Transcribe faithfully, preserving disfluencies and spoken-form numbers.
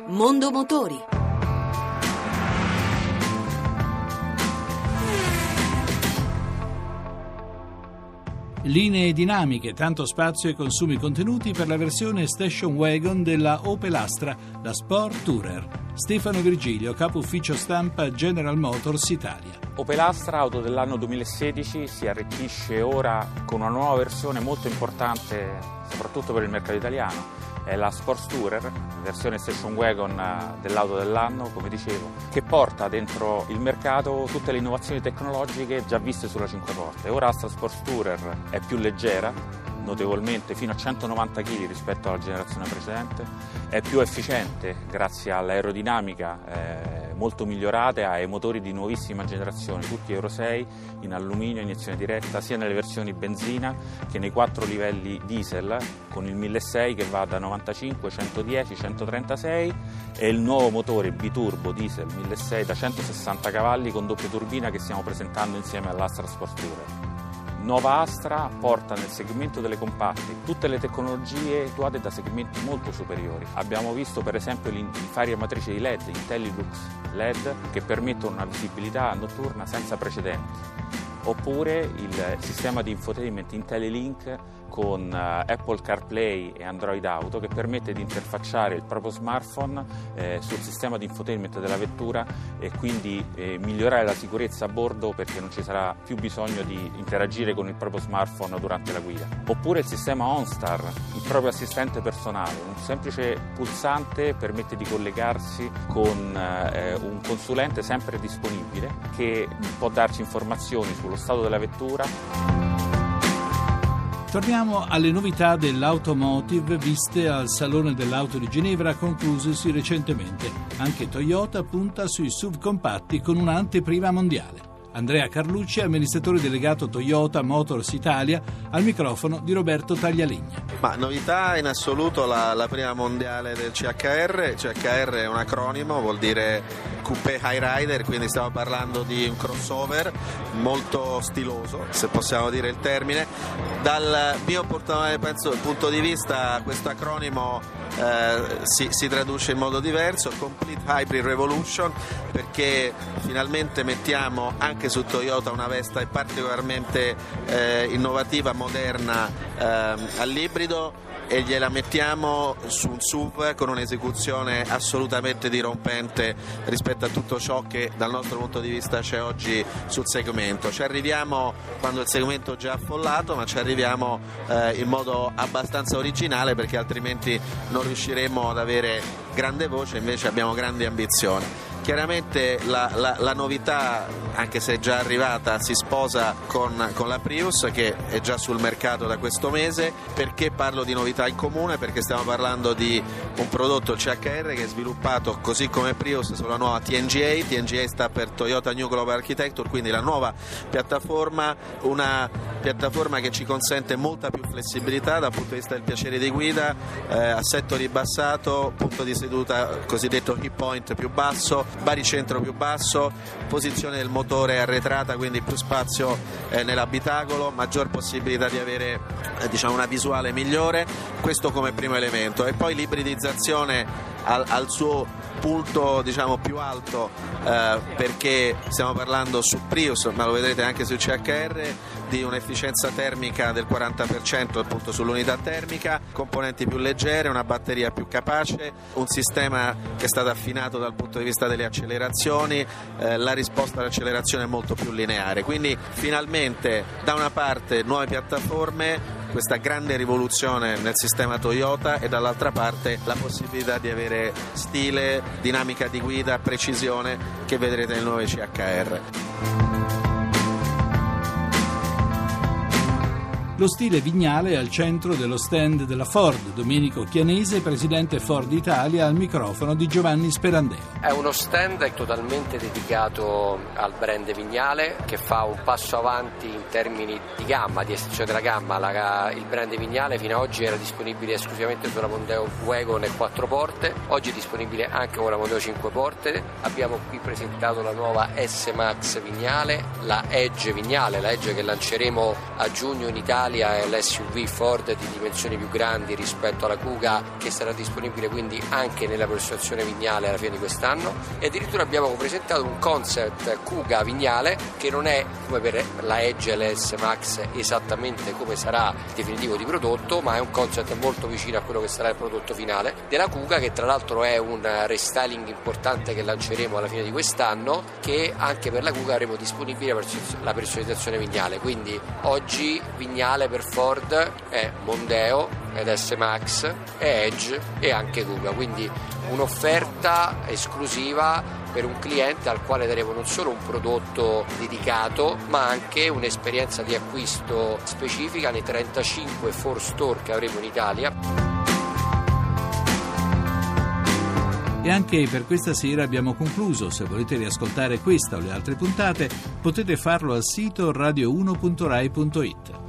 Mondo Motori. Linee dinamiche, tanto spazio e consumi contenuti per la versione station wagon della Opel Astra, la Sport Tourer. Stefano Virgilio, capo ufficio stampa General Motors Italia. Opel Astra, auto dell'anno duemilasedici, si arricchisce ora con una nuova versione molto importante, soprattutto per il mercato italiano. È la Sport Tourer, versione station wagon dell'auto dell'anno, come dicevo, che porta dentro il mercato tutte le innovazioni tecnologiche già viste sulla cinque porte. Ora la Sport Tourer è più leggera, notevolmente fino a centonovanta chilogrammi rispetto alla generazione precedente, è più efficiente grazie all'aerodinamica eh, molto migliorata e ai motori di nuovissima generazione, tutti Euro sei in alluminio, iniezione diretta, sia nelle versioni benzina che nei quattro livelli diesel, con il milleseicento che va da novantacinque, centodieci, centotrentasei e il nuovo motore biturbo diesel milleseicento da centosessanta cavalli con doppia turbina che stiamo presentando insieme all'Astra Sport Tourer. Nuova Astra porta nel segmento delle compatte tutte le tecnologie attuate da segmenti molto superiori. Abbiamo visto per esempio i fari a matrice di L E D, IntelliLux L E D, che permettono una visibilità notturna senza precedenti. Oppure il sistema di infotainment IntelliLink con Apple CarPlay e Android Auto che permette di interfacciare il proprio smartphone eh, sul sistema di infotainment della vettura e quindi eh, migliorare la sicurezza a bordo perché non ci sarà più bisogno di interagire con il proprio smartphone durante la guida. Oppure il sistema OnStar, il proprio assistente personale, un semplice pulsante permette di collegarsi con eh, un consulente sempre disponibile che può darci informazioni sullo stato della vettura. Torniamo alle novità dell'automotive viste al Salone dell'Auto di Ginevra conclusosi recentemente. Anche Toyota punta sui S U V compatti con un'anteprima mondiale. Andrea Carlucci, amministratore delegato Toyota Motors Italia, al microfono di Roberto Taglialegna. Ma novità in assoluto la, la prima mondiale del C H R. C H R è un acronimo, vuol dire Coupé High Rider, quindi stiamo parlando di un crossover molto stiloso, se possiamo dire il termine. Dal mio penso, punto di vista questo acronimo eh, si, si traduce in modo diverso, Complete Hybrid Revolution, perché finalmente mettiamo anche su Toyota una vesta particolarmente eh, innovativa, moderna eh, all'ibrido e gliela mettiamo su un S U V con un'esecuzione assolutamente dirompente rispetto a tutto ciò che dal nostro punto di vista c'è oggi sul segmento. Ci arriviamo quando il segmento è già affollato, ma ci arriviamo eh, in modo abbastanza originale perché altrimenti non riusciremo ad avere grande voce, invece abbiamo grandi ambizioni. Chiaramente la, la, la novità, anche se è già arrivata, si sposa con, con la Prius che è già sul mercato da questo mese. Perché parlo di novità in comune? Perché stiamo parlando di un prodotto C H R che è sviluppato così come Prius sulla nuova T N G A. T N G A sta per Toyota New Global Architecture, quindi la nuova piattaforma, una piattaforma che ci consente molta più flessibilità dal punto di vista del piacere di guida, eh, assetto ribassato, punto di seduta cosiddetto hip point più basso, baricentro più basso, posizione del motore arretrata, quindi più spazio eh, nell'abitacolo, maggior possibilità di avere eh, diciamo una visuale migliore, questo come primo elemento. E poi l'ibridizzazione al, al suo punto diciamo più alto, eh, perché stiamo parlando su Prius, ma lo vedrete anche su C H R, di un'efficienza termica del quaranta per cento appunto sull'unità termica, componenti più leggere, una batteria più capace, un sistema che è stato affinato dal punto di vista delle accelerazioni, eh, la risposta all'accelerazione è molto più lineare, quindi finalmente da una parte nuove piattaforme, questa grande rivoluzione nel sistema Toyota, e dall'altra parte la possibilità di avere stile, dinamica di guida, precisione che vedrete nel nuovo C H R. Lo stile vignale è al centro dello stand della Ford. Domenico Chianese, presidente Ford Italia, al microfono di Giovanni Sperandeo. È uno stand totalmente dedicato al brand Vignale, che fa un passo avanti in termini di gamma, di estensione della gamma. La, il brand Vignale fino ad oggi era disponibile esclusivamente sulla Mondeo Wagon e quattro porte, oggi è disponibile anche con la Mondeo cinque porte. Abbiamo qui presentato la nuova S-Max Vignale, la Edge Vignale, la Edge che lanceremo a giugno in Italia Italia è l'S U V Ford di dimensioni più grandi rispetto alla Kuga, che sarà disponibile quindi anche nella progettazione Vignale alla fine di quest'anno, e addirittura abbiamo presentato un concept Kuga Vignale che non è come per la Edge e l'S Max esattamente come sarà il definitivo di prodotto, ma è un concept molto vicino a quello che sarà il prodotto finale della Kuga, che tra l'altro è un restyling importante che lanceremo alla fine di quest'anno, che anche per la Kuga avremo disponibile la personalizzazione Vignale. Quindi oggi Vignale per Ford è Mondeo ed S Max e Edge e anche Kuga, quindi un'offerta esclusiva per un cliente al quale daremo non solo un prodotto dedicato, ma anche un'esperienza di acquisto specifica nei trentacinque Ford Store che avremo in Italia. E anche per questa sera abbiamo concluso. Se volete riascoltare questa o le altre puntate, potete farlo al sito radio uno punto rai punto it.